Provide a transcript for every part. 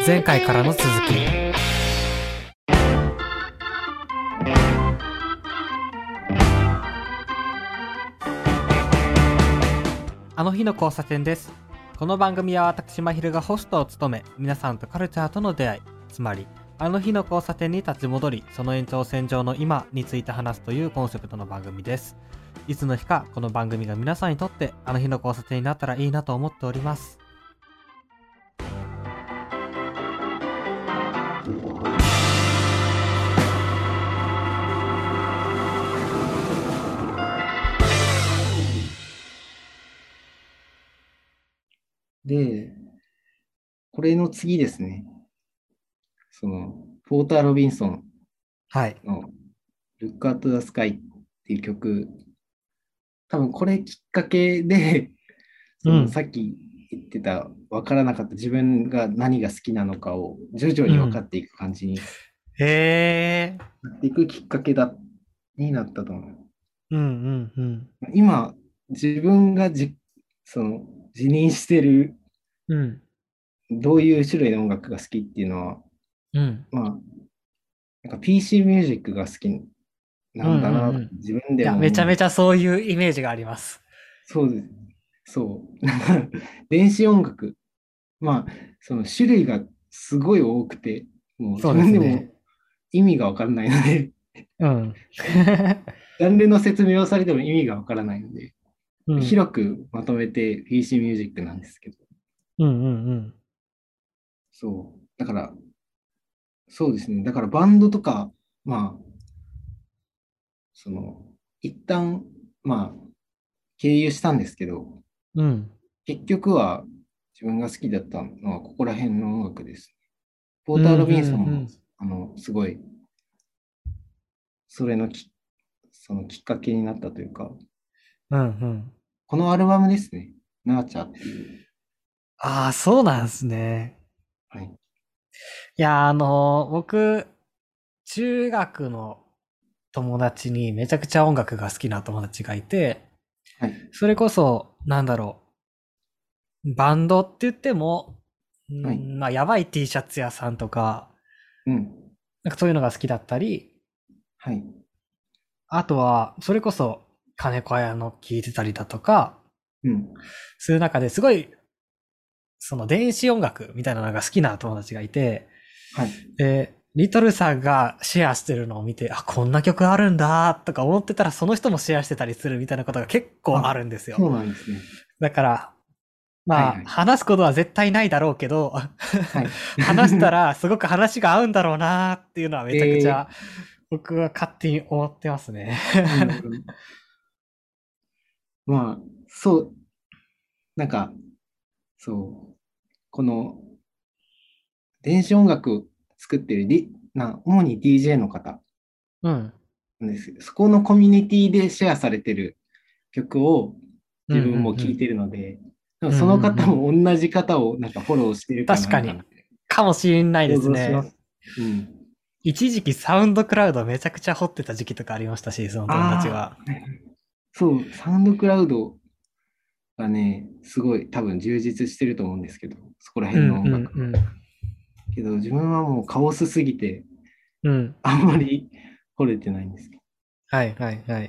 前回からの続き。あの日の交差点です。この番組は私まひるがホストを務め、皆さんとカルチャーとの出会い、つまりあの日の交差点に立ち戻り、その延長線上の今について話すというコンセプトの番組です。いつの日かこの番組が皆さんにとってあの日の交差点になったらいいなと思っております。 で、これの次ですね。ポーター・ロビンソンはい。 の Look at the Sky っていう曲、多分これきっかけで、さっき言ってた分からなかった自分が何が好きなのかを徐々に分かっていく感じにへー。 なっていくきっかけになったと思う。 うんうんうん。 今、自分が自認してるうん。 どういう種類の音楽が好きっていうのは、 うん。 まあ、なんか PC ミュージックが好きうんなんだな、 うんうん。い自分でや、 も思うんです。 めちゃめちゃそういうイメージがあります。 そうです。そう。なんか電子音楽。まあ、その種類がすごい多くて、もう自そうで分でもすね。 意味がわからないので、 うん。 ジャンルの説明をされても意味がわからないので、 うん。 広くまとめて PC ミュージックなんですけど、 うんうんうん。 そう。だから、そうですね。だからバンドとか、まあ、その、一旦、まあ、経由したんですけど、 うん。 結局は自分が好きだったのはここら辺の音楽です。ポーター・うんうんロビンソンも、 うん。 すごい、それのそのきっかけになったというか、 うんうん。 このアルバムですね。ナーチャーっていう。 ああ、そうなんですね。 はい。 いや、僕、中学の友達にめちゃくちゃ音楽が好きな友達がいて、 はい。 それこそ、バンドって言っても、 はい。 まあ、やばい T シャツ屋さんとか、 うん。 なんかそういうのが好きだったり、 はい。 あとは、それこそ、金子綾の聴いてたりだとか、 うん。 そういう中ですごい、その電子音楽みたいなのが好きな友達がいて、 はい。 で、リトルさんがシェアしてるのを見て、あ、こんな曲あるんだとか思ってたら、その人もシェアしてたりするみたいなことが結構ああ、 るんですよ。 そうなんですね。 だから、まあ、 はいはい。 話すことは絶対ないだろうけど、 はい。 話したらすごく話が合うんだろうなっていうのはめちゃくちゃえ僕は勝手に思ってますね。 なるほど。まあ、そう、なんか、そう、この電子音楽作ってる主に DJ の方うん。 なんですけど、そこのコミュニティでシェアされてる曲をうんう自分も聴いんてるので、 うん。うんそのうんうん。 方も同じ方をなんかフォローしてるか確かに。 なんかかもしれないで想すね。 像します。うん。 一時期サウンドクラウドめちゃくちゃ掘ってた時期とかありましたし、その友達あが。 あ、そう、サウンドクラウドがね、すごい多分充実してると思うんですけど、そこらうん辺の音楽は。 うんけど自分はもうカオスすぎて、 うん。うん。 あんまり掘れてないんですけど。 はいはいはい。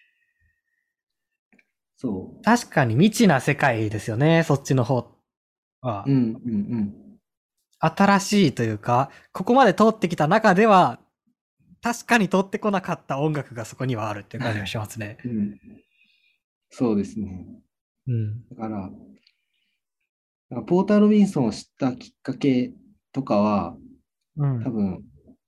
そ確かに未知な世界ですよね、そっちの方う。 は。 うんうん新しいというか、ここまで通ってきた中では、確かに通ってこなかった音楽がそこにはあるっていう感じがしますね。 うん。うん。そうですね。 うん。 だから、ポーター・ロビンソンを知ったきっかけとかは、 うん。 多分、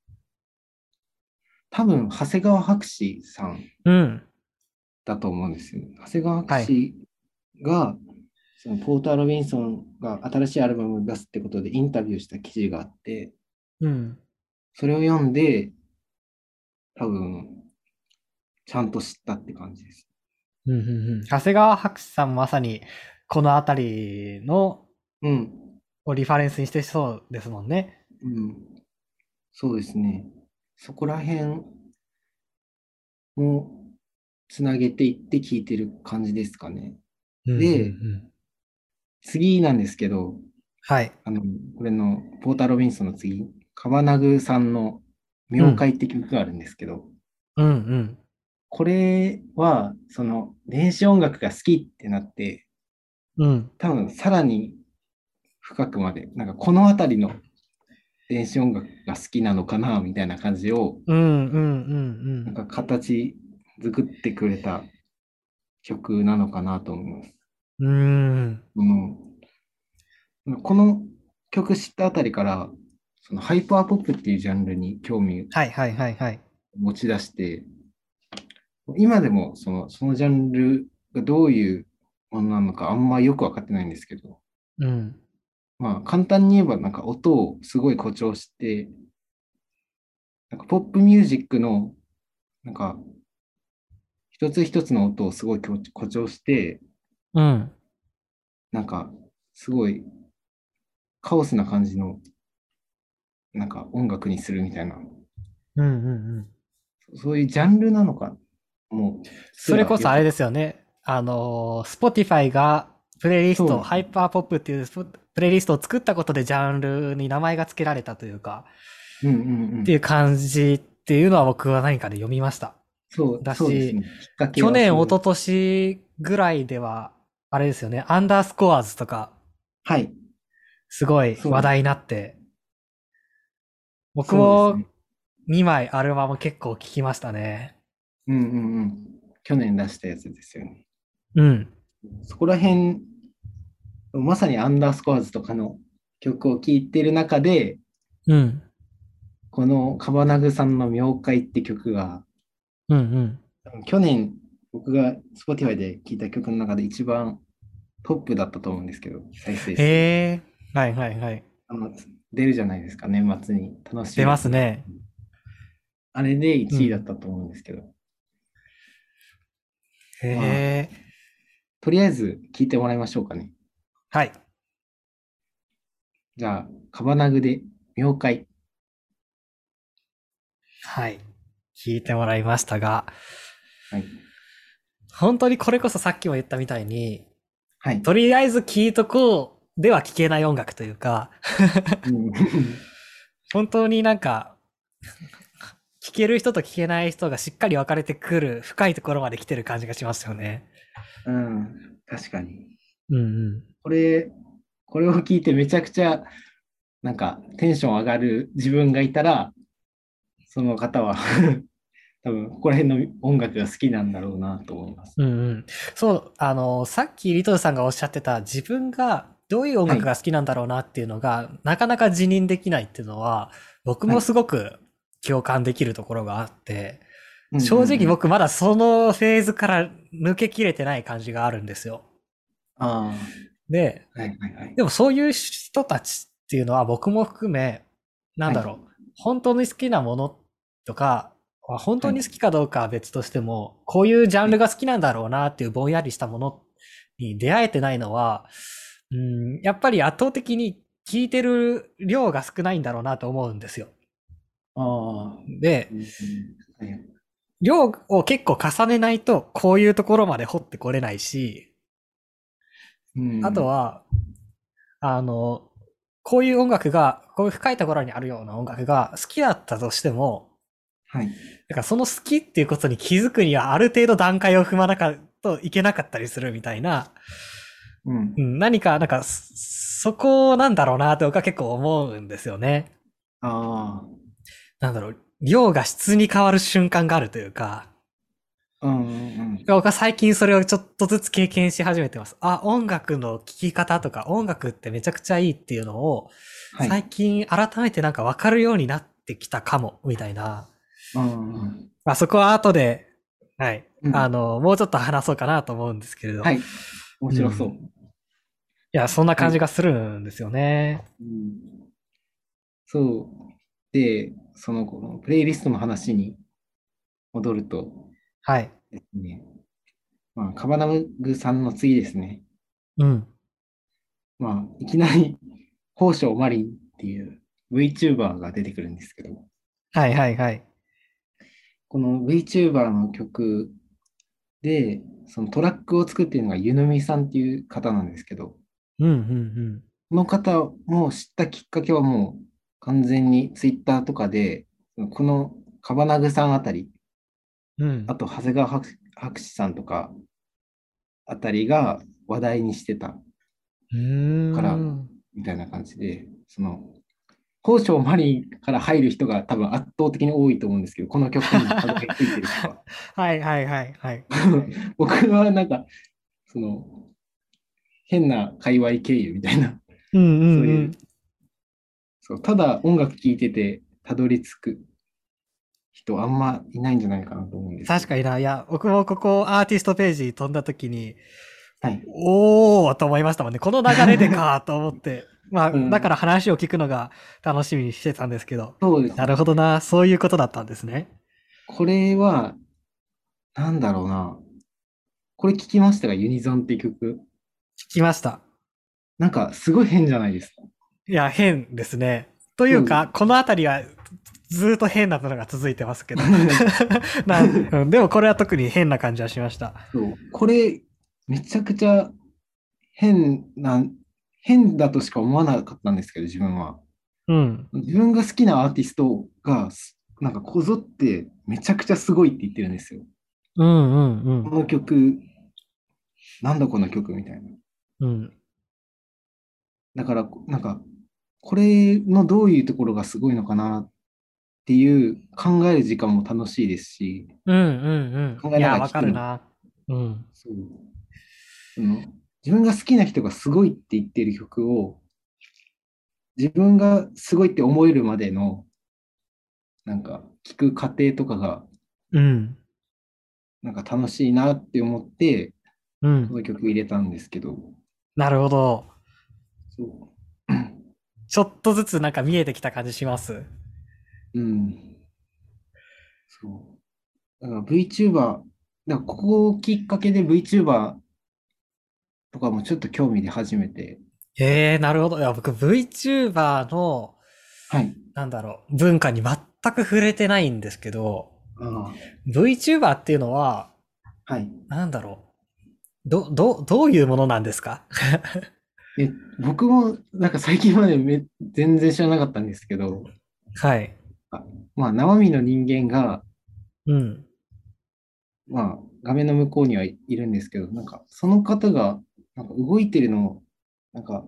長谷川博士さんうん。 だと思うんですよね。長谷川博はい。 士が、そのポーター・ロビンソンが新しいアルバムを出すってことでインタビューした記事があって、 うん。 それを読んで、多分、ちゃんと知ったって感じです。 うん。うん。長谷川博士さんまさに、このあたりの、 うん、 をリファレンスにしてそうですもんね。 うん、そうですね。そこら辺もつなげていって聞いてる感じですかね。 うん。うで、 ん。 次なんですけど、 はい。 あの、これのポーター・ロビンソンの次、カバナグさんのうん。 冥界って曲があるんですけど、 うんうん。 これは、その、電子音楽が好きってなって、 うん。 多分さらに深くまで、なんかこの辺りの電子音楽が好きなのかな、みたいな感じを、 うんうんうんなんか形作ってくれた曲なのかなと思います。 うん。うーん。 この曲知ったあたりから、そのハイパーポップっていうジャンルに興味はいはいはいはい。 を持ち出して、今でもそのジャンルがどういうものなのかあんまよくわかってないんですけど、 うん。 まあ簡単に言えばなんか音をすごい誇張して、なんかポップミュージックのなんか一つ一つの音をすごい誇張して、 うん。 なんかすごいカオスな感じのなんか音楽にするみたいな、 うんうんうん。 そういうジャンルなのかもうすそれらよくわかこそあれですよね。Spotify がプレイリスト、 そうですね。 ハイパーポップっていうプレイリストを作ったことでジャンルに名前が付けられたというか、 うんうんうん。 っていう感じっていうのは僕は何かで読みました。だし、 そうですね。きっかけ去年、一はそれ。 昨年ぐらいでは、あれですよね、アンダースコアーズとか、 はい。 すごいそうです。 話題になって、僕もそうですね。 2枚アルバム結構聞きましたね。 うんうんうん。去年出したやつですよね。 うん。 そこら辺、まさにアンダースコアーズとかの曲を聴いてる中で、 うん。 このカバナグさんの冥界って曲が、 うんうん。 去年僕が Spotify で聴いた曲の中で一番トップだったと思うんですけど、再生数。 へえ。はいはいはい。 あの、出るじゃないですか、年末に楽し出まいやつが。 すね。 あれで1位だっうん。 たと思うんですけど、 へまあ、 え。 とりあえず聴いてもらいましょうかね。 はい。 じゃあ、カバナグで冥界。 はい。聞いてもらいましたが、 はい。 本当にこれこそさっきも言ったみたいに、 はい。 とりあえず聞いとこうでは聞けない音楽というか、 うん。 本当になんか、聞ける人と聞けない人がしっかり分かれてくる深いところまで来てる感じがしますよね。 うん、確かに。 うんうん。 これ、これを聞いてめちゃくちゃ、なんかテンション上がる自分がいたら、その方は多分、ここら辺の音楽が好きなんだろうなと思います。 うんうん。そう、さっきリトルさんがおっしゃってた自分がどういう音はい。 楽が好きなんだろうなっていうのが、なかなか自認できないっていうのは、僕もはい。 すごく共感できるところがあって、 うんうん正直うん。 僕まだそのフェーズから抜けきれてない感じがあるんですよ。 あで、 あ、はいはいはい。 でもそういう人たちっていうのは僕も含め、なんはい。 だろう、本当に好きなものとか、本はい。 当に好きかどうかは別としても、こういうジャンはい。 ルが好きなんだろうなっていうぼんやりしたものに出会えてないのは、やっぱり圧倒的に聞いてる量が少ないんだろうなと思うんですよ。 ああ、 で、 うんうん。はい。 量を結構重ねないと、こういうところまで掘ってこれないし、 うあとん。 は、あの、こういう音楽が、こういう深いところにあるような音楽が好きだったとしても、 はい。 だからその好きっていうことに気づくにはある程度段階を踏まなかといけなかったりするみたいな、 うん。 何か、なんか、そこなんだろうなとか結構思うんですよね。 あなんだろう、量が質に変わる瞬間があるというか、 あ、うんうんうん。 僕は最近それをちょっとずつ経験し始めてます。あ、音楽の聴き方とか音楽ってめちゃくちゃいいっていうのをはい。 最近改めてなんかわかるようになってきたかも、みたいな。 うんうん。 まあそこは後で、はい。 うん。 もうちょっと話そうかなと思うんですけれど。 はい。面うん。 白そう。 いや、そんなはい。 感じがするんですよね。 うん、そう。で、このプレイリストの話に戻るとはい。 ですね、まあ、カバナグさんの次ですね。 うん。 まあ、いきなり、宝生マリンっていう VTuber が出てくるんですけど、 はいはいはい。 この VTuber の曲で、そのトラックを作っているのがゆのみさんっていう方なんですけど、 うんうんこの方も知ったきっかけはもう完全にツイッターとかで、このカバナグさんあたり、 うん。 あと長谷川博士さんとかあたりが話題にしてたうーから、 ん。 みたいな感じで、宝生マリンから入る人が多分圧倒的に多いと思うんですけど、この曲にたどり着いてる人は。 はいはいはいはい。 僕はなんか、その、変な界隈経由みたいな、 うんうんそういう、 うん。 そう、ただ音楽聴いててたどり着く人あんまいないんじゃないかなと思うんですけど。 確かにな。いや、僕もここアーティストページ飛んだ時に、 はい。 おーと思いましたもんね。この流れでかと思って。まあ、だからうん、 話を聞くのが楽しみにしてたんですけど。なそうですね。 るほどな。そういうことだったんですね。 これは、なんだろうな。これ聞きましたが、ユニゾンって曲。 聞きました。 なんか、すごい変じゃないですか。 いや、変ですね。といそう。 うか、このあたりはずーっと変なものが続いてますけど。でもこれは特に変な感じはしました。 そう。これ、めちゃくちゃ変な、変だとしか思わなかったんですけど、自分は。 うん。 自分が好きなアーティストが、なんかこぞってめちゃくちゃすごいって言ってるんですよ。 うんうんうこん。 の曲、なんだこの曲みたいな。 うん。 だから、なんか、これのどういうところがすごいのかなっていう考える時間も楽しいですし、 うんうんうん。 考えながいや、わら聞くの。 かるな。うん。 そう。その、自分が好きな人がすごいって言ってる曲を、自分がすごいって思えるまでの、なんか、聞く過程とかが、 うん。 なんか楽しいなって思って、 うん。 この曲入れたんですけど、 なるほど。 そう。 ちょっとずつなんか見えてきた感じします。 うん。そう。だから VTuber、だからここをきっかけで VTuber とかもちょっと興味出始めて、 へえ、なるほど。いや、僕 VTuber の、 はい。 なんだろう、文化に全く触れてないんですけど、 ああ、 VTuber っていうのは、 はい。 なんだろどういうものなんですか？ 僕もなんか最近まで全然知らなかったんですけど、 はい。 あ、まあ生身の人間が、 うん。 まあ画面の向こうにはいるんですけど、なんかその方がなんか動いてるのを、なんか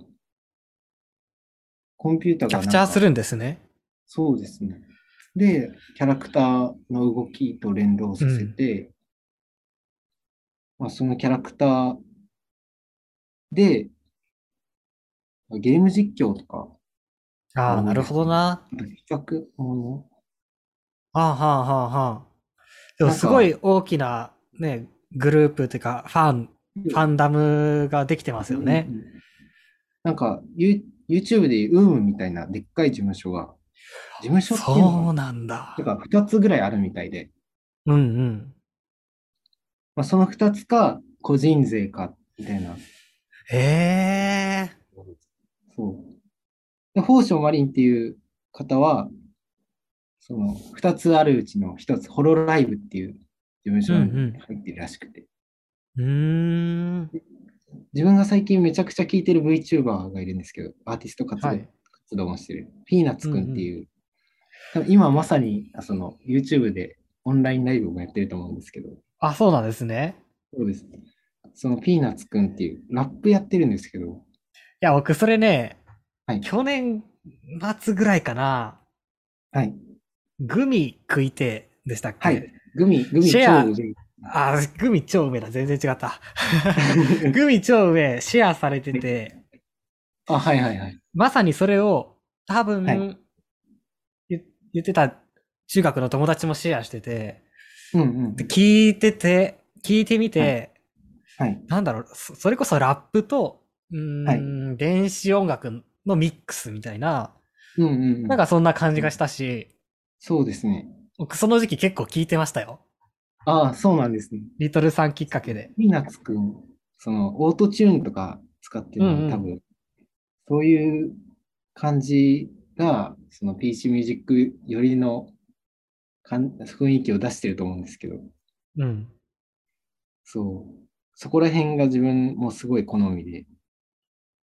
コンピューターキャがなんか、 プチャーするんですね。 そうですね。で、キャラクターの動きと連動させうん。 て、まあ、そのキャラクターでゲーム実況とかがああ、なるほ多いですね。 どな。 あと比較もの。 はあはあはあはあ。でもすごなんか、 い大きなね、グループっていうか、ファンダムができてますうんうんうよね。 ん、なんか、YouTube でいう UM みたいなでっかい事務所が、事務所っていうのかな、 そうなんだ。 なんか2つぐらいあるみたいで、 うんうん。 まあ、その2つか、個人税か、みたいな。 へえ。 そう。で、宝生マリンっていう方は、その2つあるうちの1つ、ホロライブっていう事務うん所に入ってるらしくて、 うん。うーん。 自分が最近めちゃくちゃ聴いてる VTuber がいるんですけど、アーティストはい活動もしてる、ピーナッツうんうん。 くんっていう、多分今まさにYouTube でオンラインライブもやってると思うんですけど、 あ、そうなんですね。 そうですね。そのピーナッツくんっていうラップやってるんですけど、 いや、僕それね、 はい、 去年末ぐらいかな、 はい、 グミ食いてえでしたっはい、 け？ グミシェア、 超上。 グミ超上だ。全然違った。グミ超上、シェアされてて、 あ、はいはいはい。 まさにそれを多はい。 分言ってた中学の友達もシェアしてて、 うんうんうで、 ん。 聞いてみはい。 て、 はい。 なんだろう、それこそラップと、 はい。 電子音楽のミックスみたいな、 うんうんなんかそんな感じうん。 がしたし、 そうですね。 僕その時期結構聞いてましたよ。 ああ、そうなんですね。 リトルさんきっかけで。 ピーナッツくん、オートチューンとか使ってるうんうん。 ので多分、そういう感じが、その PC ミュージックよりの雰囲気を出してると思うんですけど、 うん。 そう、そこら辺が自分もすごい好みで、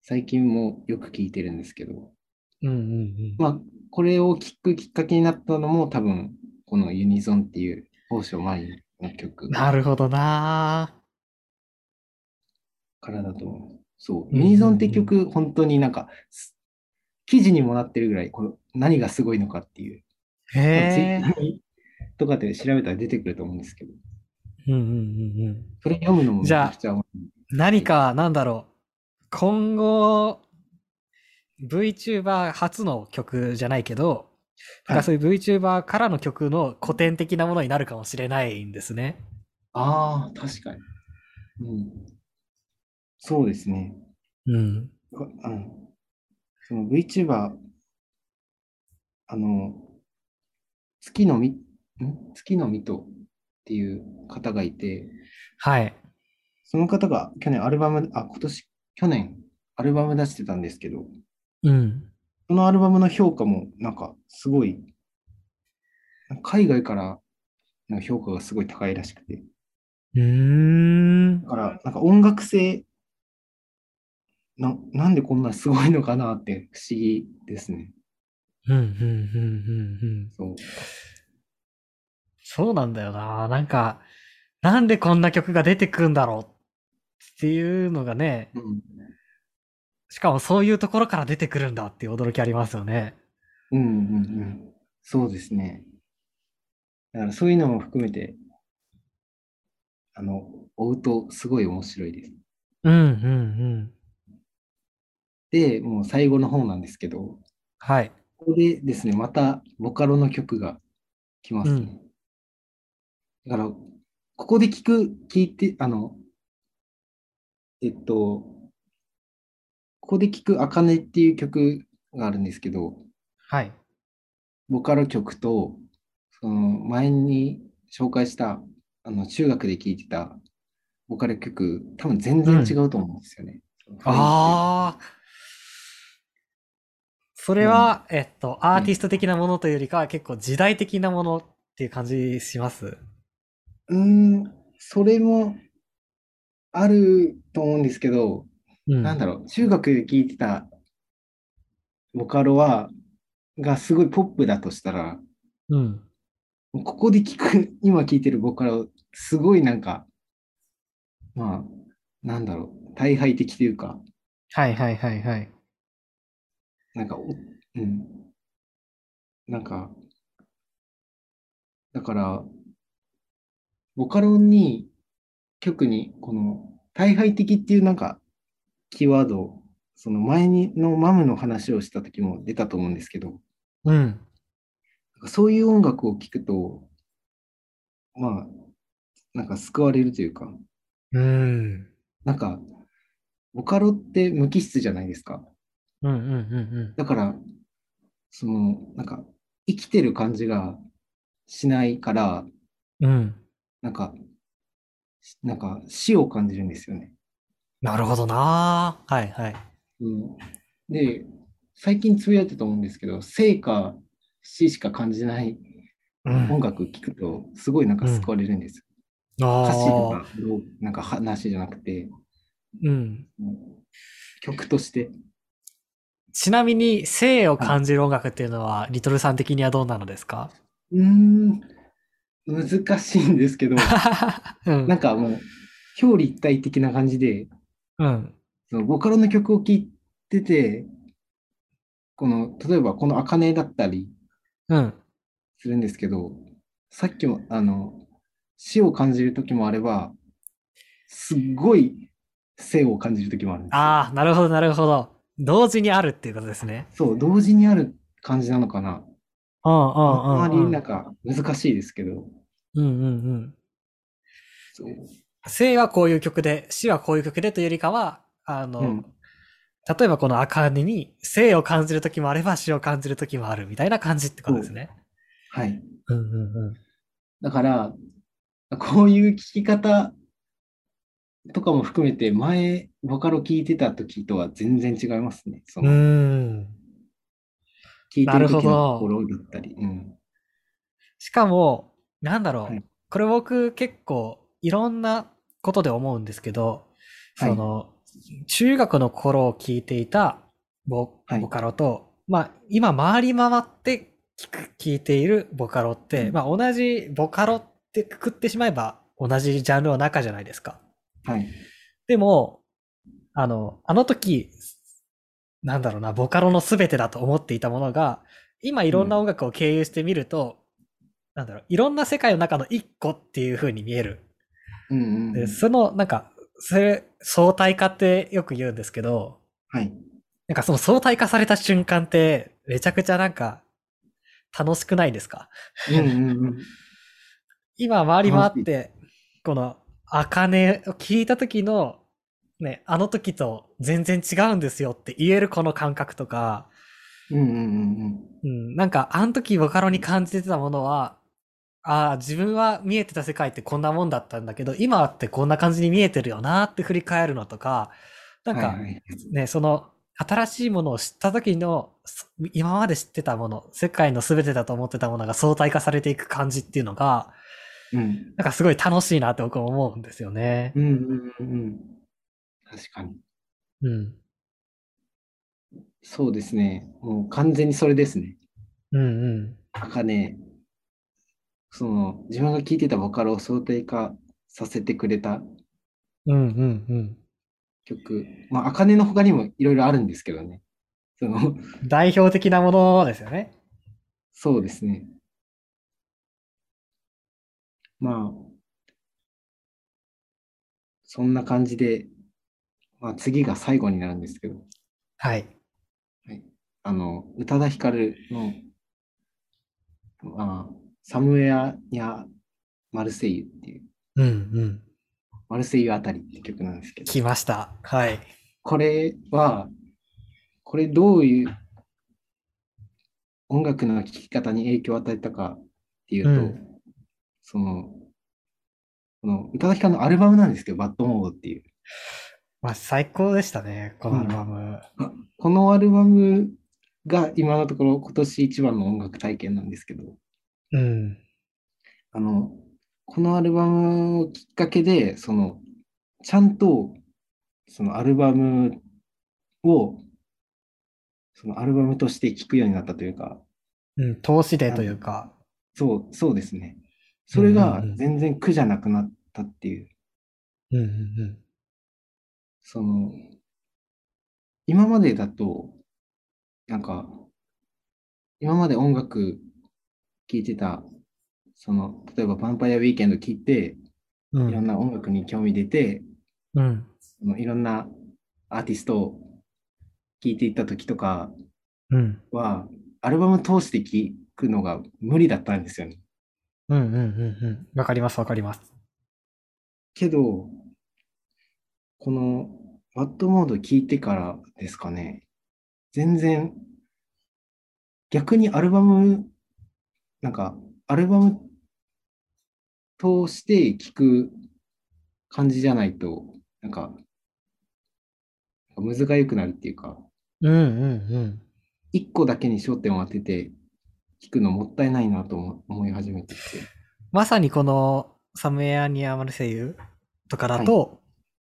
最近もよく聞いてるんですけど、 うんうんまあ、これを聞くきっかけになったのも多分、このユニゾンっていう宝生マイのうん。 曲なるほどなからだと思う。そう、 ー。うんユニゾンってうん曲、本当になんか、記事にもなってるぐらい、この何がすごいのかっていう、 うん。へ多分ツイッタえ。 ーとかで調べたら出てくると思うんですけど、 うんうんうんうん。 それ読むのもめじゃあ、 ちゃくちゃ面白いです。 何か、なんだろう。今後、VTuber 初の曲じゃないけど、なんはい。 かそういう VTuber からの曲の古典的なものになるかもしれないんですね。 ああ、確かに。うん。そうですね。 うん。 うん。その VTuber、あの、月の実とっていう方がいて、 はい。 その方が去年アルバム、あ、去年アルバム出してたんですけど、 うん。 そのアルバムの評価もなんかすごい、海外からの評価がすごい高いらしくて、 うーん。 だからなんか音楽性、なんでこんなすごいのかなって不思議ですね。 うん、うん、うん、うん、うん。 そう。 そうなんだよな。なんか、なんでこんな曲が出てくるんだろうっていうのがね、 うん。 しかもそういうところから出てくるんだっていう驚きありますよね。 うんうんうん。そうですね。だからそういうのも含めて、追うとすごい面白いです。 うん、うん、うん。 で、もう最後の方なんですけど、 はい。 ここでですね、またボカロの曲が来まうん。 すね。だから、ここで聞いて、えっと、ここで聞くあかねっていう曲があるんですけど、 はい。 ボカロ曲と、その前に紹介した、中学で聴いてたボカロ曲、多分全然違うん。 うと思うんですよね。その雰囲気というか。 ああ、それもは、アう、はい。 ーティスト的なものというよりかは結構時代的なものっていう感じします。 うーそれもあると思うんですけど、 うん。 なんだろう、中学で聴いてたボカロがすごいポップだとしたら、 うん。 ここで今聴いてるボカロ、すごいなんか、まあ、なんだろう、大敗的というか、 はいはいはいはい。 なんかうん、なんか、だから、ボカロ曲に、この、大敗的っていうなんか、キーワードを、その前のマムの話をした時も出たと思うんですけど、 うん。 そういう音楽を聴くと、まあ、なんか救われるというか、 うん。 なんか、ボカロって無機質じゃないですか。 うんうんうんだから、なんか、生きてる感じがしないから、 うん。うん。 なんか、死を感じるんですよね。 なるほどな。はいはい。 うん、で、最近つぶやいてたと思うんですけど、生か死しか感じないうん。 音楽聴くと、すごいなんかうん。 救われるんですよ。歌詞とああ。 かなんか話じゃなくて、 うん。 うん曲として。 ちなみに、生をはい。 感じる音楽っていうのは、リトルさん的にはどうなのですか？ うーん、難しいんですけど、 うん。 なんかもう、表裏一体的な感じで、 うん。 そのボカロの曲を聴いてて、例えばこの茜だったりうん。 するんですけど、さっきも、死を感じる時もあれば、すっごい生を感じる時もあるんですよ。 ああ、なるほどなるほど。同時にあるっていうことですね。 そう、同時にある感じなのかな。 うんうあんんうんうん。 まりなんか難しいですけど、 うんうんうん。 そう。 生はこういう曲で、死はこういう曲でというよりかは、 うん。 例えばこの赤根に生を感じる時もあれば死を感じる時もあるみたいな感じってことそう。 ですね。 はい。 うんうんうん。 だから、こういう聞き方とかも含めて、ボカロ聞いてた時とは全然違いますね。 うーん。 聞いてるなるほ時のど。 心だったり。うん。 しかも、なんだろう。 はい。 これ僕結構いろんなことで思うんですけど、 はい。 中学の頃聞いていたはい。 ボカロと、まあ、今回り回って聞いているボカロって、 うん。 まあ、同じボカロってくくってしまえば同じジャンルの中じゃないですか。 はい。 でも、あの時、なんだろうな、ボカロの全てだと思っていたものが、今いろんなうん。 音楽を経由してみると、なんだろう、いろんな世界の中の一個っていう風に見える。 うんうんうで、 ん。 なんか、それ、相対化ってよく言うんですけど、 はい。 なんかその相対化された瞬間って、めちゃくちゃなんか楽しくないですか？ うんうんうん。 今回り回楽しい。 って、この、茜を聞いた時の、ね、あの時と全然違うんですよって言えるこの感覚とか、 うんうんうんうん、なんかあの時ボカロに感じてたものは、ああ、自分は見えてた世界ってこんなもんだったんだけど、今ってこんな感じに見えてるよなって振り返るのとか、なんか、 はいはい。 ね、その、新しいものを知った時の、今まで知ってたもの、世界の全てだと思ってたものが相対化されていく感じっていうのが、 うん。 なんかすごい楽しいなって僕は思うんですよね。 うんうんうんうん。確かに。 うん。 そうですね。もう完全にそれですね。 うんうん。 茜、自分が聴いてたボカロを相対化させてくれたうんうんうん。 曲。まあ、茜の他にもいろいろあるんですけどね。その、 代表的なものですよね。 そうですね。まあ、そんな感じで、まあ、次が最後になるんですけど、 はい。 はい、宇多田ヒカルの、サムウェア・ニャ・マルセイユっていう、 うんうん。 マルセイユあたりって曲なんですけど、 来ました。はい。 これは、これどういう音楽の聴き方に影響を与えたかっていうと、 うん。 その、この宇多田ヒカルのアルバムなんですけど、バッドモードっていう。 まあ、最高でしたね、このアルバうん。 ム。 このアルバムが今のところ今年一番の音楽体験なんですけど、 うん。 あの、このアルバムをきっかけで、ちゃんと、そのアルバムを、そのアルバムとして聴くようになったというか、 うん。投資デーというなんか。 そうですね。 うんうんうそれがん。 全然苦じゃなくなったっていう、 うんうんその、今までだと、なんか、今まで音楽聴いてた、例えばヴァンパイアウィーケンド聴いて、 うん。うん。 いろんな音楽に興味出て、 うん。 いろんなアーティストを聴いていった時とかうん。 は、アルバム通して聴くのが無理だったんですよね。 うんうんうんうん。わかります、わかります。 けど、このバッドモード聴いてからですかね、全然逆になんか、アルバム通して聴く感じじゃないと、なんか、むずがゆくなるっていうか、 うんうんうん。 一個だけに焦点を当てて聴くのもったいないなと思い始めてきて。 まさにこのサムエアニアマルセイユとかだはい。 と、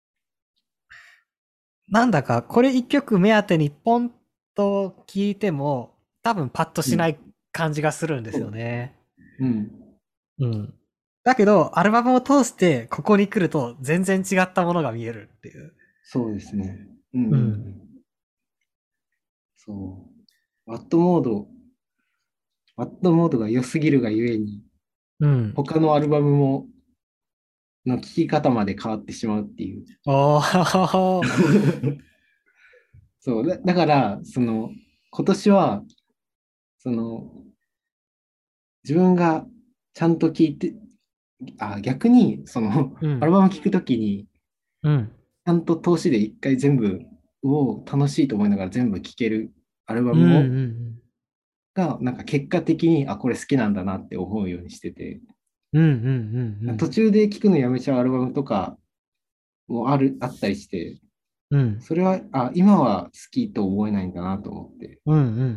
なんだかこれ一曲目当てにポンと聞いても、多分パッとうん。 しない感じがするんですよそう。 ね。 うん。 うん。だけど、アルバムを通してここに来ると全然違ったものが見えるっていう。 そうですね。うんうんううん。 ん。そう。バッドモードが良すぎるがゆえに、 うん。 他のアルバムの聴き方まで変わってしまうっていう。 おー。 そう。だから、今年は、その、自分がちゃんと聴いて、逆に、アルうん。 バム聴くときに、 うん。 ちゃんと通しで一回全部を楽しいと思いながら全部聴けるアルバうん。 ムうん。 なんか結果的に、これ好きなんだなって思うようにしてて、 うん。うん。うん。 途中で聴くのやめちゃうアルバムとかもあったりして、 うん。 それは、今は好きと思えないんだなと思って、 うん。うん。うん。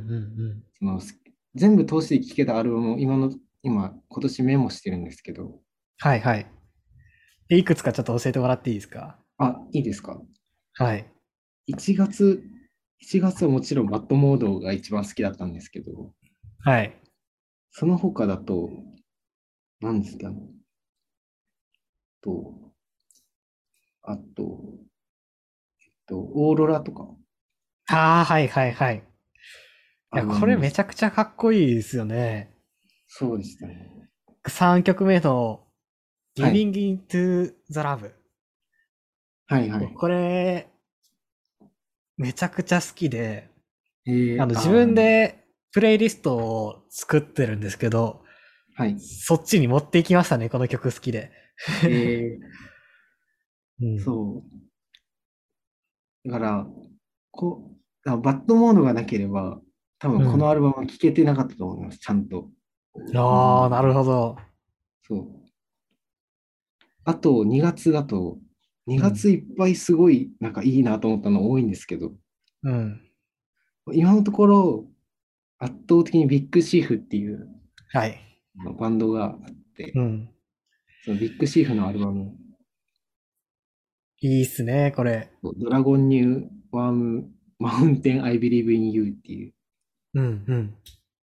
その、全部通して聴けたアルバムを今年メモしてるんですけど、 はいはい。いくつかちょっと教えてもらっていいですか？ いいですか？ はい。 1月、1月はもちろんバッドモードが一番好きだったんですけど、 はい。 その他だと、何ですかね。と、あと、オーロラとか、 ああ、はいはいはい。いや、 アルバこれムです。 めちゃくちゃかっこいいですよね。 そうでしたね。 3曲目のはい。 Giving into the Love。 はいはい。 これ、めちゃくちゃ好きで、自あ分でプレイリストを作ってるんですけど、 はい。 そっちに持っていきましたね、この曲好きで。 えー、 うん。 そう。だから、バッドモードがなければ、多分このうん。 アルバムは聴けてなかったと思います、ちゃんと。 ああ、なるほど。 そう。あと、2月だと、2 うん。 月いっぱいすごい、なんかいいなと思ったの多いんですけど、 うん。 今のところ、圧倒的にビッグシーフっていうはい。 バンドがあって、 うん。 そのビッグシーフのアルバム、 いいっすね、これ。 ドラゴンニューワームマウンテン I Believe in You っていう、 うん、うん。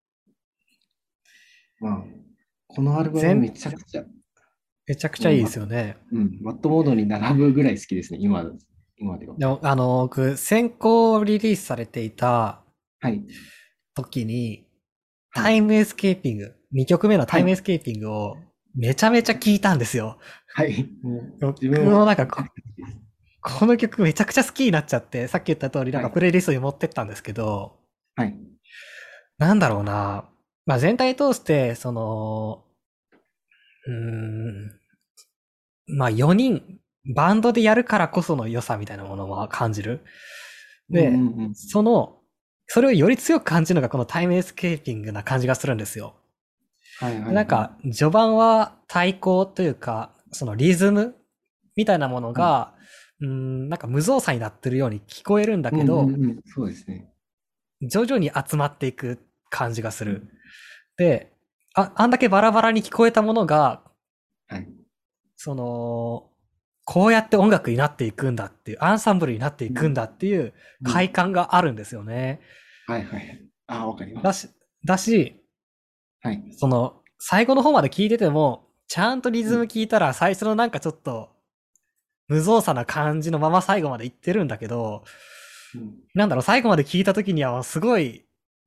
まあ、このアルバムめ全、 ちゃくちゃ、 めちゃくちゃいいでもうすよね。 バッドモードに並ぶぐらい好きですね、今では。 でも、僕、先行リリースされていたはい、 時に、 はい、 タイムエスケーピング、2曲目のはい、 タイムエスケーピングをめちゃめちゃ聴いたんですよ。 はい、もう自僕分ももなんかめちゃくちゃ好きです。 この曲めちゃくちゃ好きになっちゃって、さっき言った通りなんはい、 かプレイリストに持ってったんですけど、 はい、 なんだろうな。まあ全体通して、その、うーん、まあ4人、バンドでやるからこその良さみたいなものを感じる。 うんうで、 んうん。 それをより強く感じるのがこのタイムエスケーピングな感じがするんですよ。 はいはいはい。 なんか、序盤は対抗というか、そのリズムみたいなものはい。 が、なんか無造作になってるように聞こえるんだうんけど、 うんうん。そうですね。 徐々に集まっていく感じがする。 うん。 で、あんだけバラバラに聞こえたものが、 はい。 その、こうやって音楽になっていくんだっていう、アンサンブルになっていうん。 くんだっていううん。 快感があるんですよね。 はいはい。ああ、わかります。 だし、だし、 はい。 最後の方まで聞いてても、ちゃんとリズムうん。 聞いたら最初のなんかちょっと無造作な感じのまま最後まで行ってるんだけど、 うん。 なんだろう、最後まで聞いた時にはすごい、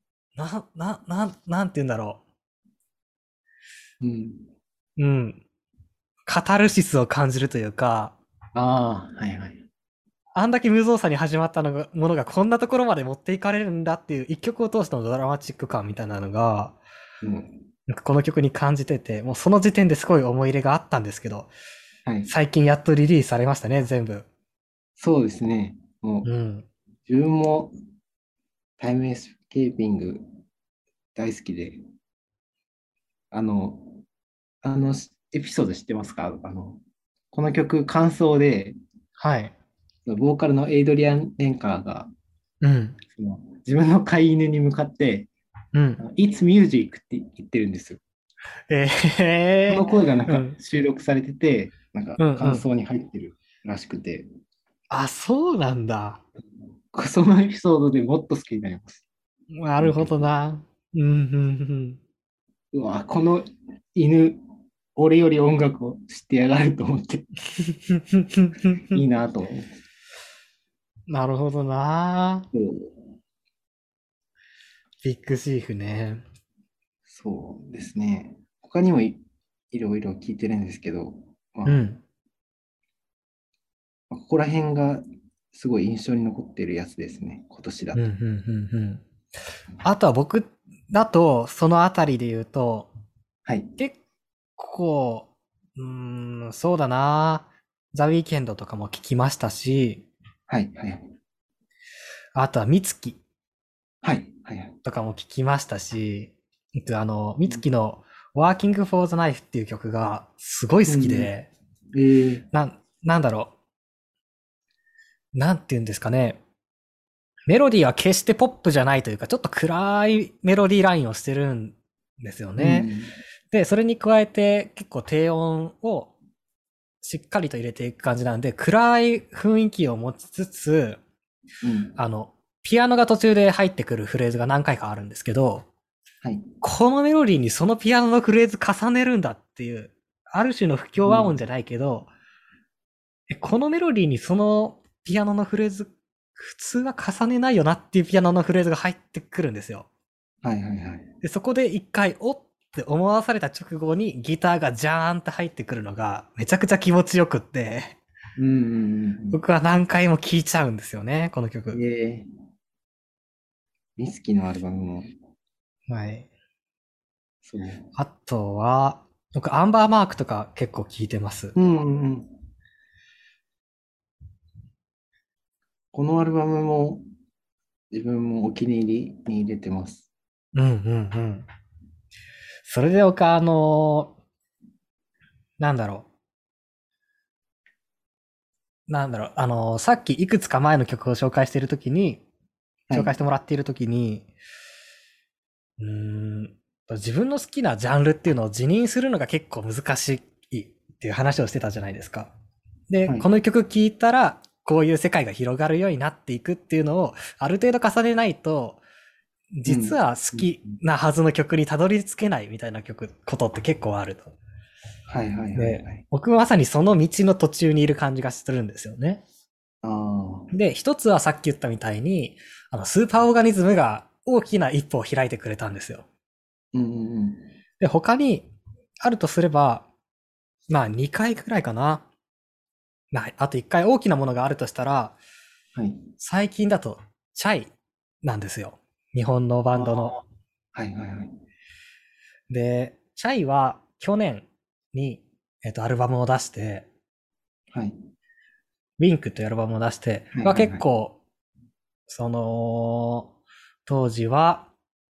なんて言うんだろうん。 う。うん。カタルシスを感じるというか、 ああ、はいはい。 あんだけ無造作に始まったものがこんなところまで持っていかれるんだっていう一曲を通してのドラマチック感みたいなのが、 うん。 なんかこの曲に感じてて、もうその時点ですごい思い入れがあったんですけど、 はい。 最近やっとリリースされましたね、全部。 そうですね。もう、 うん。 自分もタイムエスケーピング大好きで、あの、エピソード知ってますか？この曲、感想で、 はい。 ボーカルのエイドリアン・レンカーが、 うん。 自分の飼い犬に向かって、 うん。 It's music って言ってるんですよ。 えそのえ声がなんかーうん。 収録されてて、なんかうんうん。 感想に入ってるらしくて、 あ、そうなんだ。 そのエピソードでもっと好きになります。 なるほどこの曲。 な。うん、うん、 うわ、この犬、俺より音楽を知ってやがると思って、いいなと思います。 なるほどな。 そうビッグシーフね。 そうですね。他にもいろいろ聞いてるんですけど、 うん。 ここら辺がすごい印象に残ってるやつですね。今年だうん、うん、 と。 うん、うん。あとは僕だと、そのあたりで言うと、 はい。 結構、そうだな。ザ・ウィーケンドとかも聞きましたし、 はい。はい。 あとはミツキはい。はい。はい。 とかも聞きましたし、ミツキの Working for the Knife っていう曲がすごい好きうん。 で、 えーなんだろなんて言うんですかね。メロディーは決してポップじゃないというか、ちょっと暗いメロディーラインをしてるんですよね。 うん。 で、それに加えて結構低音をしっかりと入れていく感じなんで、暗い雰囲気を持ちつつ、 うん。 ピアノが途中で入ってくるフレーズが何回かあるんですけど、 はい。 このメロディーにそのピアノのフレーズ重ねるんだっていう、ある種の不協和音じゃないけど、このメロディーにそのピアノのフレーズ、普通は重ねないよなっていうピアノのフレーズが入ってくるんですよ。 はいはいはい。 で、そこで一回、おって思わされた直後にギターがジャーンって入ってくるのがめちゃくちゃ気持ちよくって、 うんうん僕は何回も聴いちゃうんですよね、このうん。 曲。 ミスキのアルバムも、 はい。 そう。 あとは、僕、アンバーマークとか結構聴いてます。 うんうんうん。このアルバムも自分もお気に入りに入れてます。 うんうんうん。それで僕なんだろさっきいくつか前の曲を紹介しているときに、 はい。 紹介してもらっているときに、うーん、自分の好きなジャンルっていうのを自認するのが結構難しいっていう話をしてたじゃないですか。で、 はい。 この曲聴いたら、こういう世界が広がるようになっていくっていうのを、ある程度重ねないと、 うん。 実は好きなはずの曲にたどり着けないみたいなことって結構あると。 はいはいはいはで、 い。 僕まさにその道の途中にいる感じがするんですよね。 ああ。 で、一つはさっき言ったみたいに、スーパーオーガニズムが大きな一歩を開いてくれたんですよ。 うんうんうん。 で、他にあるとすれば、まあ2回くらいかな。まあ、あと1回大きなものがあるとしたら、 はい。 最近だとチャイなんですよ。日本のバンドの。 ああ。はいはいはい。 で、チャイは去年に、アルバムを出して、 はい。 ウィンクというアルバムを出して、結はいはいはい。 構、その、当時は、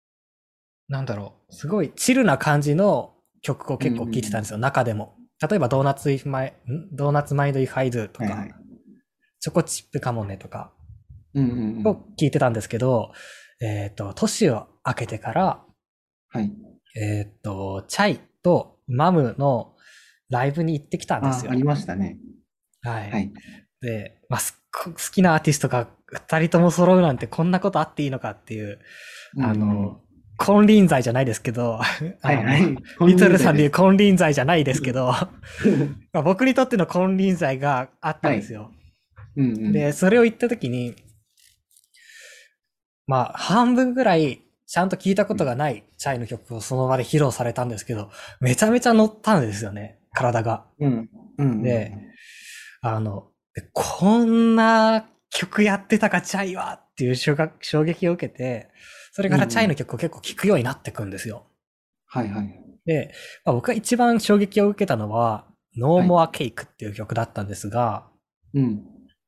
すごいチルな感じの曲をうん結構聴いてたんですよ、中でも。例えば、ドーナツマインドイファイドとか、 はいはい。 チョコチップカモネとかうんうんうをん。 聴いてたんですけど、年を明けてから、 はい。 チャイとマムのライブに行ってきたんですああ、ありよ。 ましたね。 はい。 はい。 で、まあ、好きなアーティストが二人とも揃うなんてこんなことあっていいのかっていう、 うんうんうん。 金輪際じゃないですけど、 はいはい。 リ金トルさんでいう輪際です。 金輪際じゃないですけど、まあ僕にとっての金輪際があったはい。 んですよ。 うんうで、 ん。 それを言ったときに、まあ、半分ぐらい、ちゃんと聞いたことがないチャイの曲をその場で披露されたんですけど、めちゃめちゃ乗ったんですよね、体が。 うん。うんうで、 んこんな曲やってたか、チャイはっていう衝撃を受けて、それうん。 からチャイのうんうん。 曲を結構聴くようになってくんですよ。 はいはい。 で、まあ、僕が一番衝撃を受けたのは、No はい。 More Cake っていう曲だったんですが、 うん。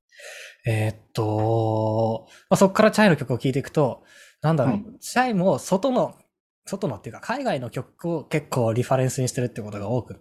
まあ、そこからチャイの曲を聴いていくと、 はい。 チャイも外のっていうか海外の曲を結構リファレンスにしてるってことが多くって、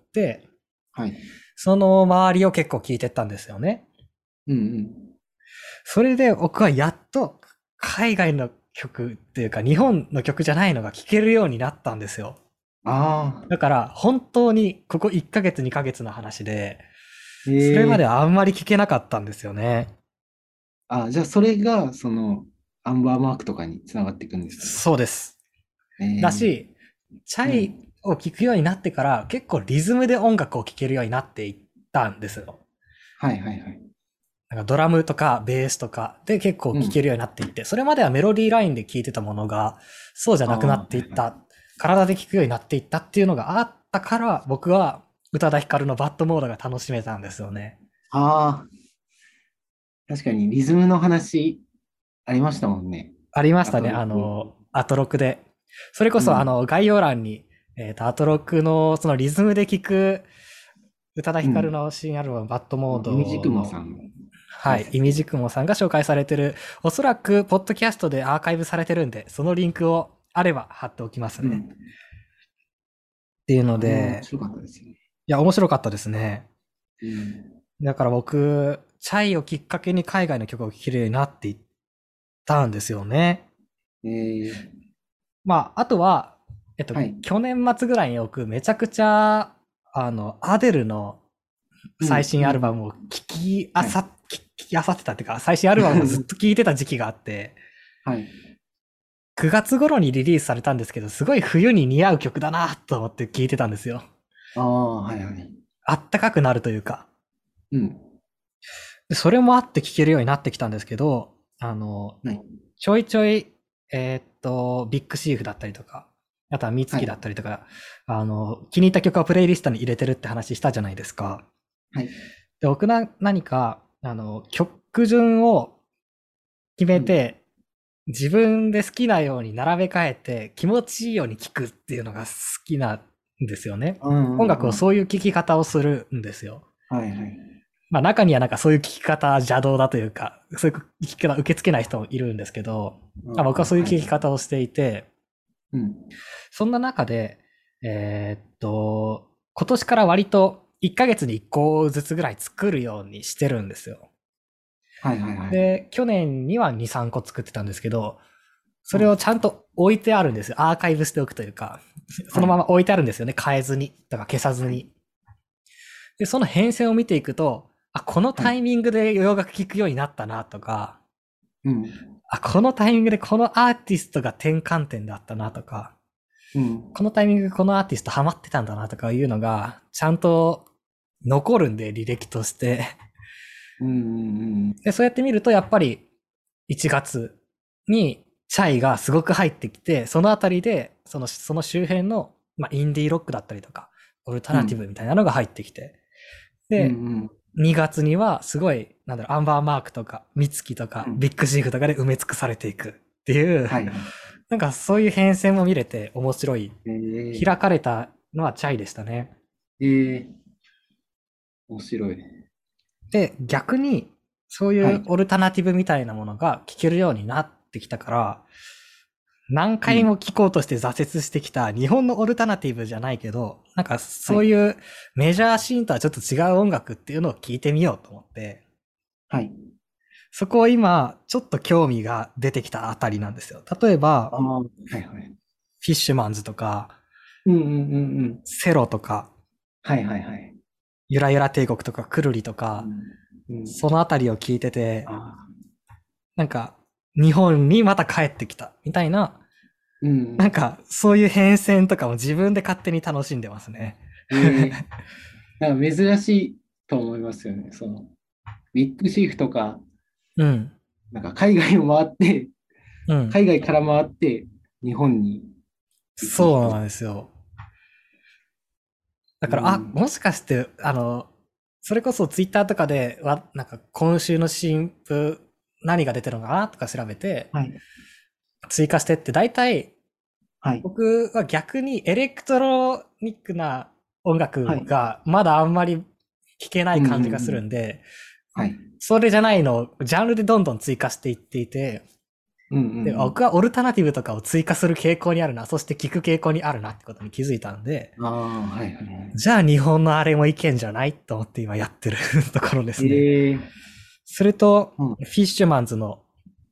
はい。 その周りを結構聴いてったんですよね。 うんうん。 それで僕はやっと海外の曲っていうか日本の曲じゃないのが聴けるようになったんですよ。 ああ。 だから本当にここ1ヶ月2ヶ月の話で、それまでええ。 はあんまり聴けなかったんですよね。 あ、じゃあそれが、アンバーマークとかにつながっていくんですね。 そうです。 ええ。 だし、チャイうん。 を聴くようになってから結構リズムで音楽を聴けるようになっていったんですよ。 はいはいはい。 ドラムとかベースとかで結構うん。 聴けるようになっていって、それまではメロディーラインで聴いてたものが、そうじゃああ、 なくなっはいはい。 ていった。体で聴くようになっていったっていうのがあったから、僕は宇多田ヒカルのバッドモードが楽しめたんですよね。 ああ、確かにリズムの話ありましたもんね。 ありましたね。 あと僕。 アトロクで。それこそ、 うん。 概要欄に、アトロクのそのリズムで聴く宇多田ヒカルうん。 の新アルバム、バッドモーイミジクドの、 モさんはい、イミですね。 ジクモさんが紹介されてる、おそらく、ポッドキャストでアーカイブされてるんで、そのリンクをあれば貼っておきますね。っうん。 ていうのあれも面で、 白かったですよね。 いや、面白かったですね。 うん。 だから僕、チャイをきっかけに海外の曲を聴けるようになっていったんですよね。 ええ。 まあ、あとは、 はい。 去年末ぐらいに僕、めちゃくちゃ、アデルの最新アルバム。 ムをはい。 聞き漁ってたっていうか、最新アルバムをずっと聴いてた時期があって、 はい。 9月頃にリリースされたんですけど、すごい冬に似合う曲だなと思って聴いてたんですよ。 ああ、はいはい。 あったかくなるというか。 うん。 でそれもあって聴けるようになってきたんですけど、 はい。 ちょいちょい、ビッグシーフだったりとか、あとはミツキだはい。 ったりとか、気に入った曲はプレイリストに入れてるって話したじゃないですか。 はい。 で、僕何か、曲順を決めうん。 て、自分で好きなように並べ替えて気持ちいいように聴くっていうのが好きなんですよね。 うんう音楽をんうん。 そういう聴き方をするんですよ。 はいはい。 まあ中にはなんかそういう聴き方邪道だというか、そういう聴き方受け付けない人もいるんですけど、 ああ、 僕はそういう聴きはいはい。 方をしていて、 うん。 そんな中で、今年から割と1ヶ月に1個ずつぐらい作るようにしてるんですよ。 はいはいはい。 で、去年には2、3個作ってたんですけど、それをちあゃんと置いてあるんですよ。アーカイブしておくというか、そはい。 のまま置いてあるんですよね。変えずに、とか消さずはい。 に。で、その変遷を見ていくと、このはい。 タイミングで洋楽聴くようになったなとか、 うん。 このタイミングでこのアーティストが転換点だったなとか、 うん。 このタイミングでこのアーティストハマってたんだなとかいうのが、ちゃんと残るんで、履歴として。 うん。うん。 で、そうやって見ると、やっぱり1月にチャイがすごく入ってきて、そのあたりで、その周辺の、まあ、インディーロックだったりとか、オルタうん。 ナティブみたいなのが入ってきて、 うん。うで、 ん。 2月にはすごい、なんだろう、アンバーマークとか、ミツキとか、 うん。 ビッグシーフとかで埋め尽くされていくっていう、 はいはい。 なんかそういう変遷も見れて面白い。開ええかれたのはチャイでしたね。 ええ面白い。 で、逆に、そういはい。 うオルタナティブみたいなものが聞けるようになってきたから、何うん。 回も聞こうとして挫折してきた日本のオルタナティブじゃないけど、なんかはい。 そういうメジャーシーンとはちょっと違う音楽っていうのを聞いてみようと思って、 はい。 そこを今、ちょっと興味が出てきたあたりなんですよ。例えば、 ああ、はいはい。 フィッシュマンズとか、 うんうんうんうん。 セロとか、 はいはいはい。 ゆらゆら帝国とか、くるりとか、 うん。うん。 そのあたりを聞いてて、 ああ。 なんか、日本にまた帰ってきた、みたいな、 うん。 なんか、そういう変遷とかも自分で勝手に楽しんでますね。 ええなんか珍しいと思いますよね。ビッグシーフとか、 うん。 なんか海外を回って、 うん。 海外から回って日本に行く人。 そうなんですよ。だから、 うん。 もしかして、それこそツイッターとかで、なんか今週の新譜何が出てるのかなとか調べて、 はい。 追加してって、大体、 はい。 僕は逆にエレクトロニックな音はい。 楽がまだあんまり聞けなうんうんい感じがすうん。 るんで、 はい。 それじゃないのをジャンルでどんどん追加していっていて、 うんうんで、 うん。 僕はオルタナティブとかを追加する傾向にあるな、そして聞く傾向にあるなってことに気づいたんで、 ああ、はいはいはい。 じゃあ日本のあれもいけんじゃないと思って今やってるところですね。 ええすると、 うん。 フィッシュマンズの、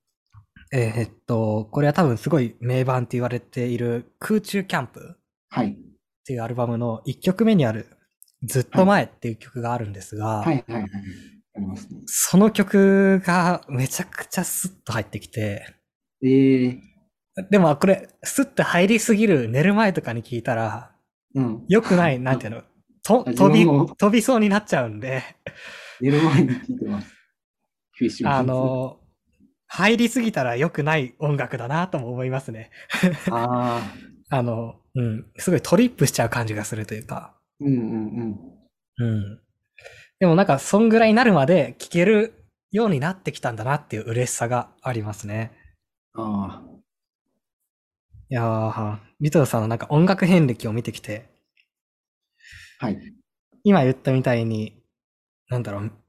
これは多分すごい名盤って言われている空中キャンプっはい。 ていうアルバムの1曲目にあるずっはい。 と前っていう曲があるんですが、 はいはいはい。ありますね。 その曲がめちゃくちゃスッと入ってきて、 ええでもこれスッと入りすぎる寝る前とかに聞いたら、 うん。 良くない、なんていうの、 自分も飛びそうになっちゃうんで、 寝る前に聞いてます。フィッシュマあンズ。 の、入りすぎたら良くない音楽だなとも思いますね。 ああ、 すごいトリップしちゃう感じがするというか。 うんうんうん。 うん。でもなんか、そんぐらいになるまで聴けるようになってきたんだなっていう嬉しさがありますね。 ああ、 いやー、リトルさんのなんか音楽遍歴を見てきて、 はい。 今言ったみたいに、なんだろう、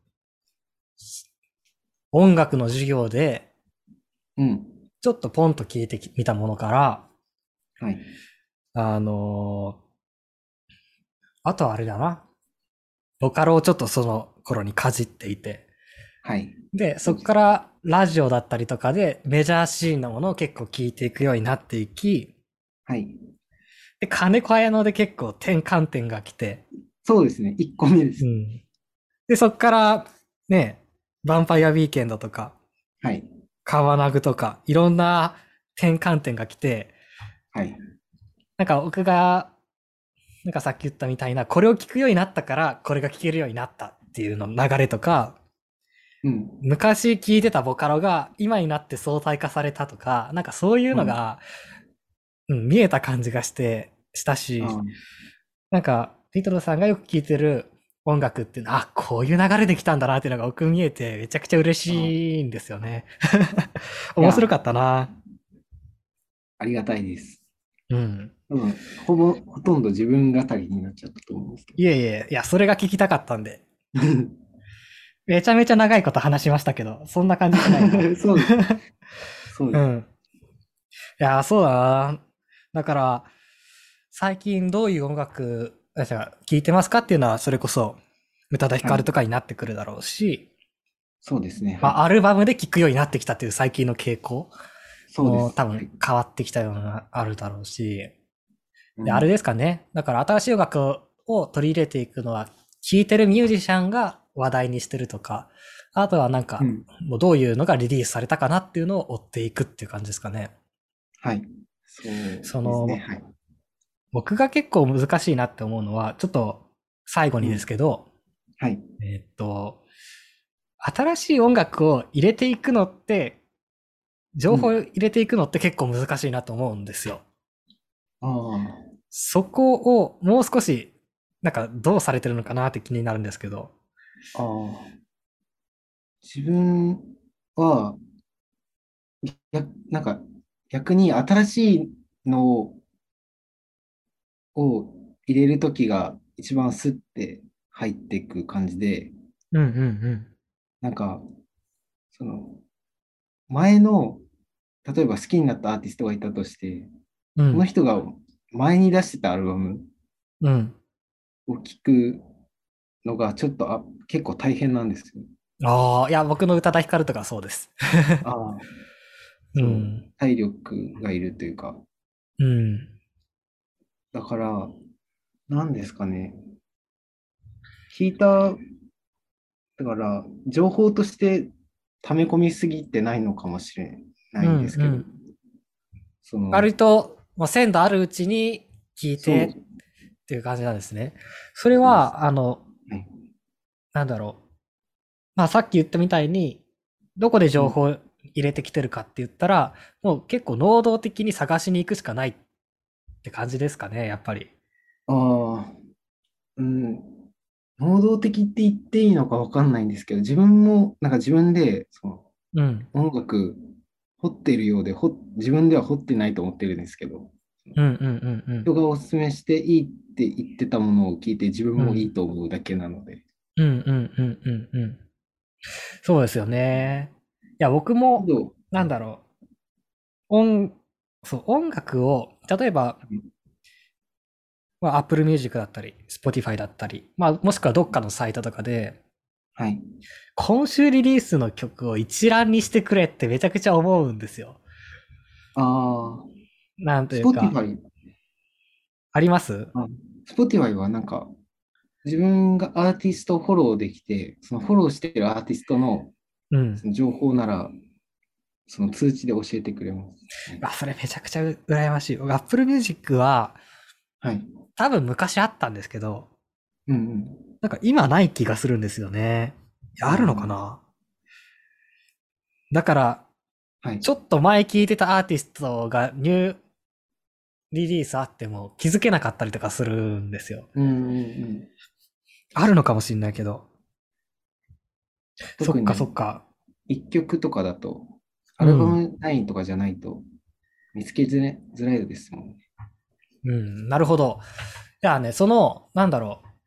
音楽の授業で、 うん。 ちょっとポンと聞いてみたものから、 はい。 あのあとはあれだな。ボカロをちょっとその頃にかじっていて、 はい。 で、そこそうです。 からラジオだったりとかでメジャーシーンのものを結構聞いていくようになっていき、 はい。 で、金子綾乃で結構転換点が来て、 そうですね。1個目です。 うん。 で、そっからね、ヴァンパイアウィーケンドとか、 はい。 カワナグとか、いろんな転換点が来て、 はい。 なんか僕が、なんかさっき言ったみたいな、これを聞くようになったから、これが聞けるようになったっていうの流れとか、 うん。 昔聞いてたボカロが今になって相対化されたとか、なんかそういううん。 のが、見えた感じがしたし、 ああ、 なんか、ピートロさんがよく聴いてる音楽っていうのは、あ、こういう流れできたんだなっていうのが僕見えて、めちゃくちゃ嬉ああ。 しいんですよね。 いや、 面白かったな。 ありがたいです。 うん。 多分、ほとんど自分語りになっちゃったと思うんですけど。 いえいえ、いや、それが聞きたかったんで。めちゃめちゃ長いこと話しましたけど、そんな感じじゃないな。 そうです。そうです。 うん。いや、そうだな。だから、最近どういう音楽、じゃあ聞いてますかっていうのは、それこそ、宇多田ヒはい。 カルとかになってくるだろうし、 そうですね。はい。 まあ、アルバムで聴くようになってきたっていう最近の傾向も多そうです。は分い。 変わってきたような、あるだろうし、で、あれうん。 ですかね。だから新しい音楽を取り入れていくのは、聴いてるミュージシャンが話題にしてるとか、あとはなんか、 うん。 もうどういうのがリリースされたかなっていうのを追っていくっていう感じですかね。 はい。そうですね。 その、 はい。 僕が結構難しいなって思うのは、ちょっと最後にですうん。 けど、 はい。 えっと、新しい音楽を入れていくのって、情報をうん。 入れていくのって結構難しいなと思うんですよ。 ああ。 そこをもう少し、なんかどうされてるのかなって気になるんですけど。 ああ。自分は、なんか、逆に新しいのを入れるときが一番スッて入っていく感じで、 うんうんなんか、その、前の、例えば好きになったアーティストがいたとして、 うん。うん。 その人が前に出してたアルバムうん。 を聴くのがちょっと結構大変なんですよ。 ああ、いや、僕の宇多田ヒカルとかそうです。 ああ、 うそう、 ん。 体力がいるというか、 うん。 だから、何ですかね、聞いた、だから、情報として溜め込みすぎてないのかもしれなうんいんですけど、 うん。 その、 割と、まあ、鮮度あるうちに聞いそう、 てっていう感じなんですね。それそうです。 は、 はい。 なんだろう。まあさっき言ったみたいに、どこでうん。 情報を入れてきてるかって言ったら、もう結構能動的に探しに行くしかないって感じですかね、やっぱり。 ああ、うん、能動的って言っていいのかわかんないんですけど、自分も、なんか自分で、そのうん。 音楽掘ってるようで、自分では掘ってないと思ってるんですけど、 うんうんうん人がおすすめしていいって言ってたものを聞いて自分うん。うもいいん。 と思うだけなので。 うんうんうんうんうん。そうですよね。いや、僕も、 けど、 なんだろう。音楽を、例えば、まあ、Apple Music だったり、Spotify だったり、まあ、もしくはどっかのサイトとかで、 はい。 今週リリースの曲を一覧にしてくれってめちゃくちゃ思うんですよ。 ああ、 なんというか、 Spotify、 あります？ あ、Spotify はなんか自分がアーティストをフォローできて、そのフォローしているアーティストのうん。 その情報なら、その通知で教えてくれますね。 あ、それめちゃくちゃ羨ましい。Apple Music ははい。 多分昔あったんですけど、 うんうん。 なんか今ない気がするんですよね。いやあるのかあな？だから、 あ、はい。 ちょっと前聞いてたアーティストがニューリリースあっても気づけなかったりとかするんですよ。 うんうんうん。 あるのかもしんないけど。そっかそ特にっか。 一曲とかだと、アうん。 ルバム単位とかじゃないと見つけづらいですもんね。 うん。なるほど。いやね、なんだろう。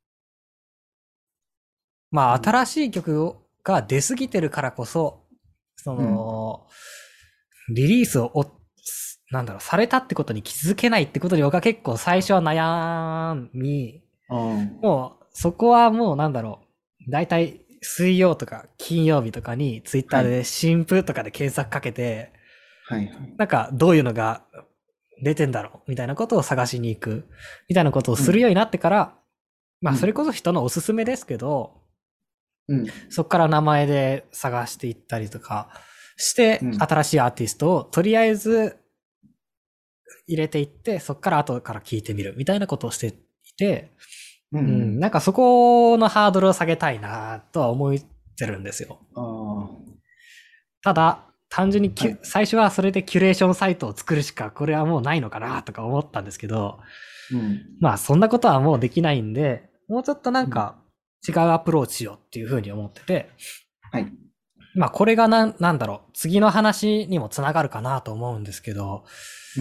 まあ、 うん。 新しい曲が出すぎてるからこそ、そうん。 の、リリースをなんだろう、されたってことに気づけないってことに僕は結構最初は悩み、 ああ、 もうそこはもうなんだろう、だいたい水曜とか金曜日とかにツイッタはい。 ーで新婦とかで検索かけて、 はいはい。 なんかどういうのが出てんだろうみたいなことを探しに行くみたいなことをうん。 するようになってから、まあそれうん。 こそ人のおすすめですけど、 うん。 そこから名前で探していったりとかして、 うん新しいアーティストをとりあえず入れていって、そこから後から聞いてみるみたいなことをしていて、 うん。 なんかそこのハードルを下げたいなとは思ってるんですよ。 ああ。 ただ、単純にはい。 最初はそれでキュレーションサイトを作るしか、これはもうないのかなとか思ったんですけど、 うん。 まあそんなことはもうできないんで、もうちょっとなんうん。 か違うアプローチしようっていうふうに思ってて、 はい。 まあこれがなんだろう、次の話にもつながるかなと思うんですけど、 うん。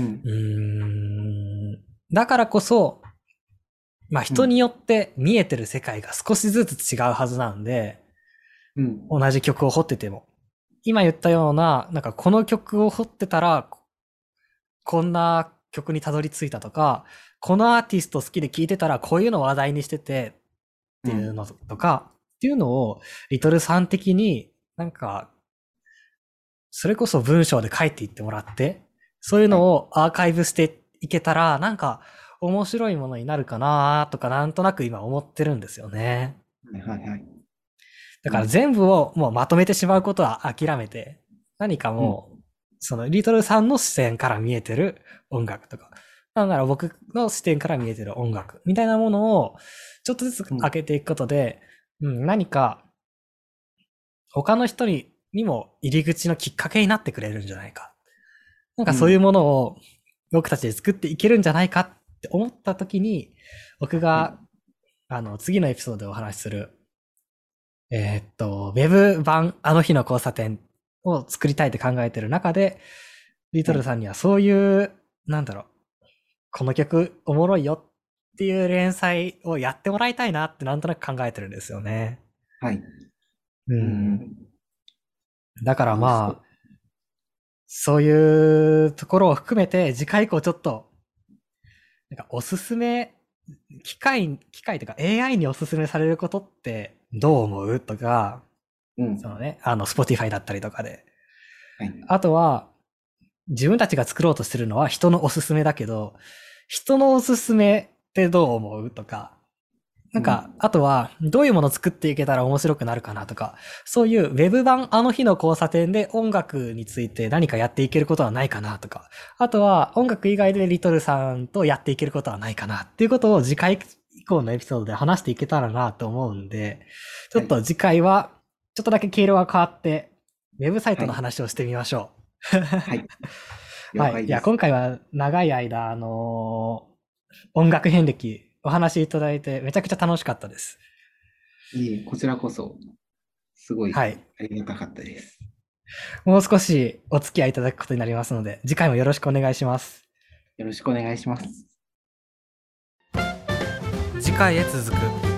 だからこそ、まあうん。 人によって見えてる世界が少しずつ違うはずなんで、 うん。 同じ曲を掘ってても。今言ったような、なんかこの曲を掘ってたら、こんな曲にたどり着いたとか、このアーティスト好きで聴いてたらこういうのを話題にしててっていうのとか、っていうのをリトルさん的になんか、それこそ文章で書いていってもらって、そういうはい。 のをアーカイブしていけたら、なんか面白いものになるかなとかなんとなく今思ってるんですよね。 はい。はい。はい。 だからうん。 全部をもうまとめてしまうことは諦めて、何かうん。 もう、そのリトルさんの視線から見えてる音楽とか、なんなら僕の視点から見えてる音楽みたいなものをちょっとずつうん。 開けていくことで、何か他の人にも入り口のきっかけになってくれるんじゃないか。なんかそういううん。 ものを僕たちで作っていけるんじゃないかって思った時に、僕はい。 が次のエピソードでお話しするウェブ版あの日の交差点を作りたいって考えてる中で、リトはい。 ルさんにはそういう、なんだろう、この曲おもろいよっていう連載をやってもらいたいなってなんとなく考えてるんですよね。 はい。 ううん。 ん。 だからまあ、 そう。 そういうところを含めて次回以降ちょっと、なんかおすすめ、機械とか AI におすすめされることってどう思うとか、 うん。 そのね、Spotify だったりとかで。 はい。 あとは、自分たちが作ろうとしてるのは人のおすすめだけど、人のおすすめってどう思うとか、なんか、 うん。 あとは、どういうものを作っていけたら面白くなるかなとか、そういうウェブ版あの日の交差点で音楽について何かやっていけることはないかなとか、あとは音楽以外でリトルさんとやっていけることはないかなっていうことを次回以降のエピソードで話していけたらなと思うんで、ちょはい。 っと次回は、ちょっとだけ経路が変わって、ウェブサイトのはい。 話をしてみましょはい。 う。はい。いや、 了解です。 今回は長い間、音楽遍歴お話しいただいてめちゃくちゃ楽しかったです。 いえ、こちらこそ、すごいはい。 ありがたかったです。 もう少しお付き合いいただくことになりますので、次回もよろしくお願いします。 よろしくお願いします。 次回へ続く。